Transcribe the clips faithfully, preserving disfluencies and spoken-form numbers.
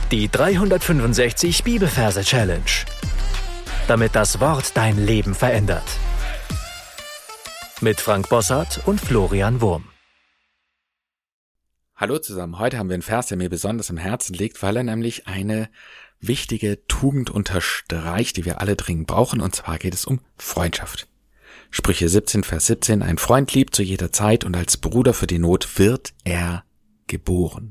Die dreihundertfünfundsechzig Bibelverse Challenge. Damit das Wort dein Leben verändert. Mit Frank Bossart und Florian Wurm. Hallo zusammen, heute haben wir einen Vers, der mir besonders am Herzen liegt, weil er nämlich eine wichtige Tugend unterstreicht, die wir alle dringend brauchen, und zwar geht es um Freundschaft. Sprüche siebzehn, Vers siebzehn, ein Freund liebt zu jeder Zeit und als Bruder für die Not wird er geboren.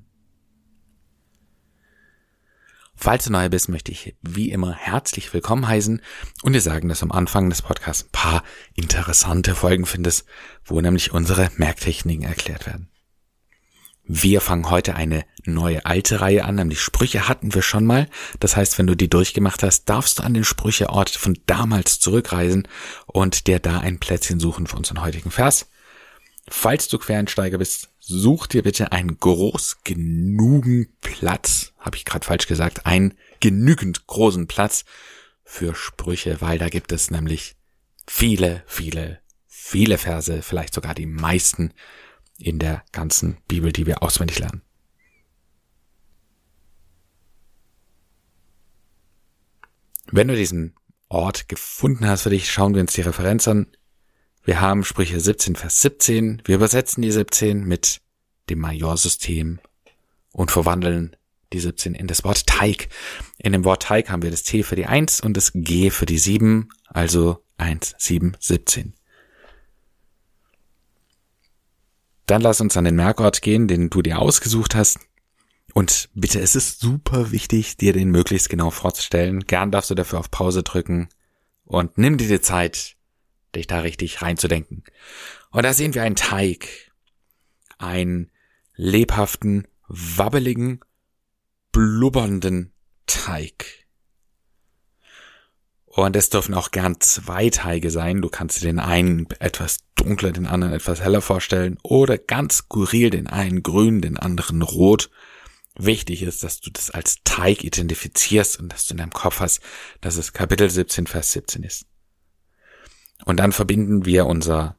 Falls du neu bist, möchte ich wie immer herzlich willkommen heißen und dir sagen, dass du am Anfang des Podcasts ein paar interessante Folgen findest, wo nämlich unsere Merktechniken erklärt werden. Wir fangen heute eine neue alte Reihe an, nämlich Sprüche hatten wir schon mal. Das heißt, wenn du die durchgemacht hast, darfst du an den Sprücheort von damals zurückreisen und dir da ein Plätzchen suchen für unseren heutigen Vers. Falls du Quereinsteiger bist, such dir bitte einen groß genugen Platz, habe ich gerade falsch gesagt, einen genügend großen Platz für Sprüche, weil da gibt es nämlich viele, viele, viele Verse, vielleicht sogar die meisten in der ganzen Bibel, die wir auswendig lernen. Wenn du diesen Ort gefunden hast für dich, schauen wir uns die Referenz an. Wir haben Sprüche siebzehn, Vers siebzehn. Wir übersetzen die siebzehn mit dem Majorsystem und verwandeln die siebzehn in das Wort Teig. In dem Wort Teig haben wir das T für die eins und das G für die sieben, also eins, sieben, siebzehn. Dann lass uns an den Merkort gehen, den du dir ausgesucht hast. Und bitte, es ist super wichtig, dir den möglichst genau vorzustellen. Gern darfst du dafür auf Pause drücken und nimm dir die Zeit, dich da richtig reinzudenken. Und da sehen wir einen Teig. Einen lebhaften, wabbeligen, blubbernden Teig. Und es dürfen auch gern zwei Teige sein. Du kannst dir den einen etwas dunkler, den anderen etwas heller vorstellen. Oder ganz skurril, den einen grün, den anderen rot. Wichtig ist, dass du das als Teig identifizierst und dass du in deinem Kopf hast, dass es Kapitel siebzehn, Vers siebzehn ist. Und dann verbinden wir unser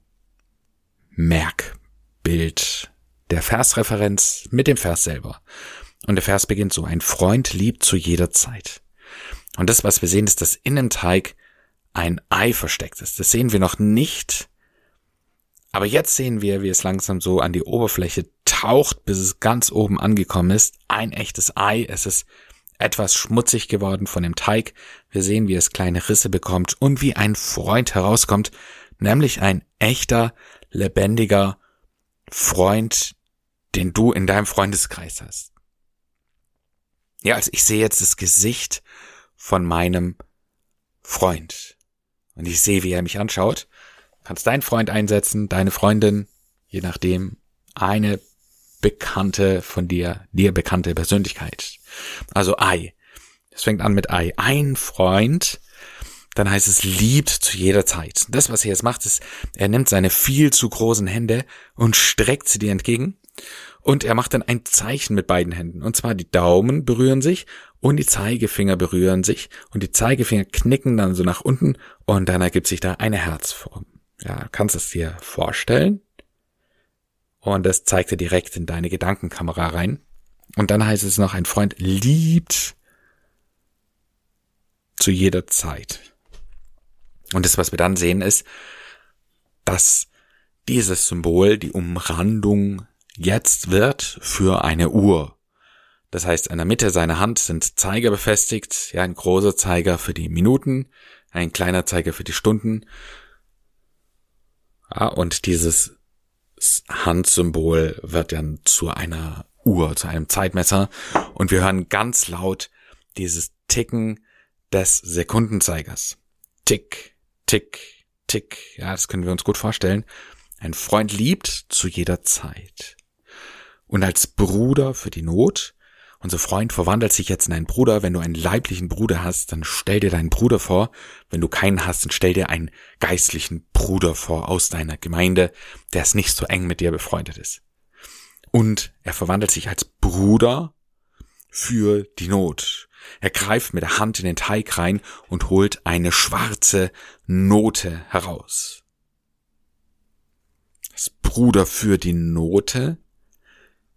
Merkbild der Versreferenz mit dem Vers selber. Und der Vers beginnt so: Ein Freund liebt zu jeder Zeit. Und das, was wir sehen, ist, dass in dem Teig ein Ei versteckt ist. Das sehen wir noch nicht. Aber jetzt sehen wir, wie es langsam so an die Oberfläche taucht, bis es ganz oben angekommen ist. Ein echtes Ei. Es ist etwas schmutzig geworden von dem Teig. Wir sehen, wie es kleine Risse bekommt und wie ein Freund herauskommt, nämlich ein echter, lebendiger Freund, den du in deinem Freundeskreis hast. Ja, also ich sehe jetzt das Gesicht von meinem Freund und ich sehe, wie er mich anschaut. Du kannst deinen Freund einsetzen, deine Freundin, je nachdem, eine bekannte von dir, dir bekannte Persönlichkeit. Also Ei. Es fängt an mit Ei. Ein Freund, dann heißt es liebt zu jeder Zeit. Das, was er jetzt macht, ist, er nimmt seine viel zu großen Hände und streckt sie dir entgegen. Und er macht dann ein Zeichen mit beiden Händen. Und zwar die Daumen berühren sich und die Zeigefinger berühren sich. Und die Zeigefinger knicken dann so nach unten und dann ergibt sich da eine Herzform. Ja, kannst du es dir vorstellen? Und das zeigt er direkt in deine Gedankenkamera rein. Und dann heißt es noch, ein Freund liebt zu jeder Zeit. Und das, was wir dann sehen, ist, dass dieses Symbol, die Umrandung, jetzt wird für eine Uhr. Das heißt, in der Mitte seiner Hand sind Zeiger befestigt, ja, ein großer Zeiger für die Minuten, ein kleiner Zeiger für die Stunden. Ja, und dieses Handsymbol wird dann zu einer Uhr, zu einem Zeitmesser, und wir hören ganz laut dieses Ticken des Sekundenzeigers. Tick, tick, tick. Ja, das können wir uns gut vorstellen. Ein Freund liebt zu jeder Zeit. Und als Bruder für die Not, unser Freund verwandelt sich jetzt in einen Bruder. Wenn du einen leiblichen Bruder hast, dann stell dir deinen Bruder vor. Wenn du keinen hast, dann stell dir einen geistlichen Bruder vor aus deiner Gemeinde, der es nicht so eng mit dir befreundet ist. Und er verwandelt sich als Bruder für die Not. Er greift mit der Hand in den Teig rein und holt eine schwarze Note heraus. Das Bruder für die Note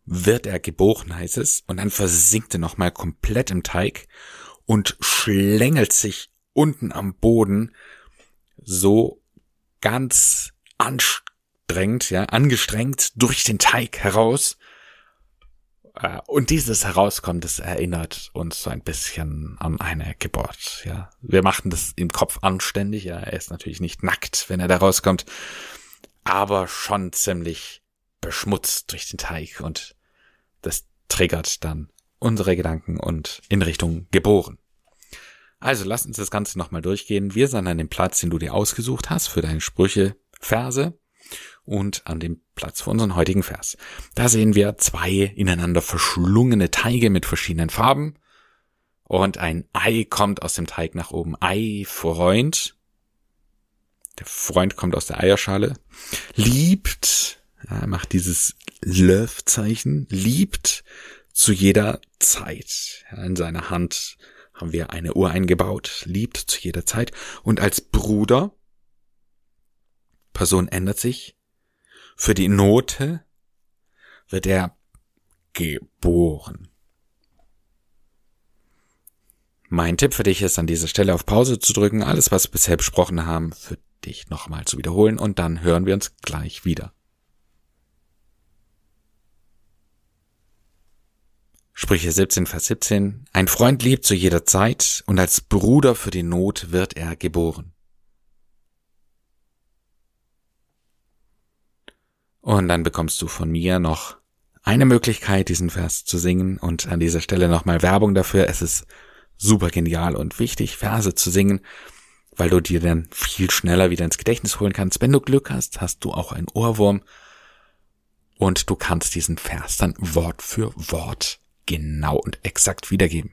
wird er geboren, heißt es, und dann versinkt er nochmal komplett im Teig und schlängelt sich unten am Boden so ganz anstrengend, ja, angestrengt durch den Teig heraus. Und dieses Herauskommen, das erinnert uns so ein bisschen an eine Geburt, ja. Wir machen das im Kopf anständig, ja. Er ist natürlich nicht nackt, wenn er da rauskommt, aber schon ziemlich beschmutzt durch den Teig, und das triggert dann unsere Gedanken und in Richtung geboren. Also lass uns das Ganze nochmal durchgehen. Wir sind an dem Platz, den du dir ausgesucht hast für deine Sprüche-Verse, und an dem Platz für unseren heutigen Vers. Da sehen wir zwei ineinander verschlungene Teige mit verschiedenen Farben, und ein Ei kommt aus dem Teig nach oben. Ei, Freund. Der Freund kommt aus der Eierschale. Liebt, er macht dieses Love-Zeichen, liebt zu jeder Zeit. Ja, in seiner Hand haben wir eine Uhr eingebaut, liebt zu jeder Zeit. Und als Bruder, Person ändert sich, für die Note wird er geboren. Mein Tipp für dich ist, an dieser Stelle auf Pause zu drücken, alles, was wir bisher besprochen haben, für dich nochmal zu wiederholen, und dann hören wir uns gleich wieder. Sprüche siebzehn, Vers siebzehn. Ein Freund liebt zu jeder Zeit, und als Bruder für die Not wird er geboren. Und dann bekommst du von mir noch eine Möglichkeit, diesen Vers zu singen, und an dieser Stelle nochmal Werbung dafür. Es ist super genial und wichtig, Verse zu singen, weil du dir dann viel schneller wieder ins Gedächtnis holen kannst. Wenn du Glück hast, hast du auch einen Ohrwurm, und du kannst diesen Vers dann Wort für Wort genau und exakt wiedergeben.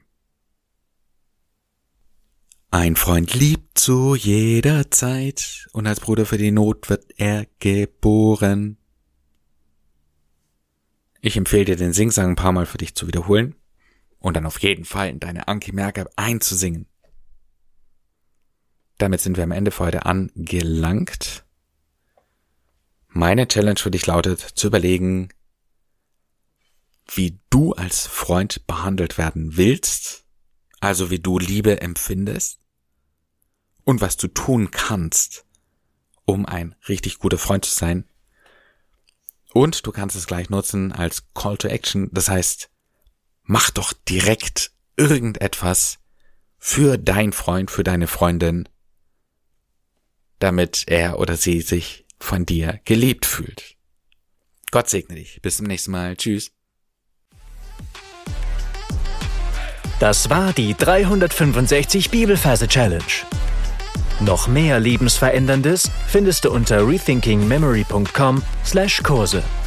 Ein Freund liebt zu jeder Zeit, und als Bruder für die Not wird er geboren. Ich empfehle dir, den Singsang ein paar Mal für dich zu wiederholen und dann auf jeden Fall in deine Anki-Merke einzusingen. Damit sind wir am Ende für heute angelangt. Meine Challenge für dich lautet, zu überlegen, wie du als Freund behandelt werden willst, also wie du Liebe empfindest, und was du tun kannst, um ein richtig guter Freund zu sein. Und du kannst es gleich nutzen als Call to Action. Das heißt, mach doch direkt irgendetwas für deinen Freund, für deine Freundin, damit er oder sie sich von dir geliebt fühlt. Gott segne dich. Bis zum nächsten Mal. Tschüss. Das war die dreihundertfünfundsechzig Bibelverse Challenge. Noch mehr Lebensveränderndes findest du unter rethinkingmemory punkt com slash Kurse.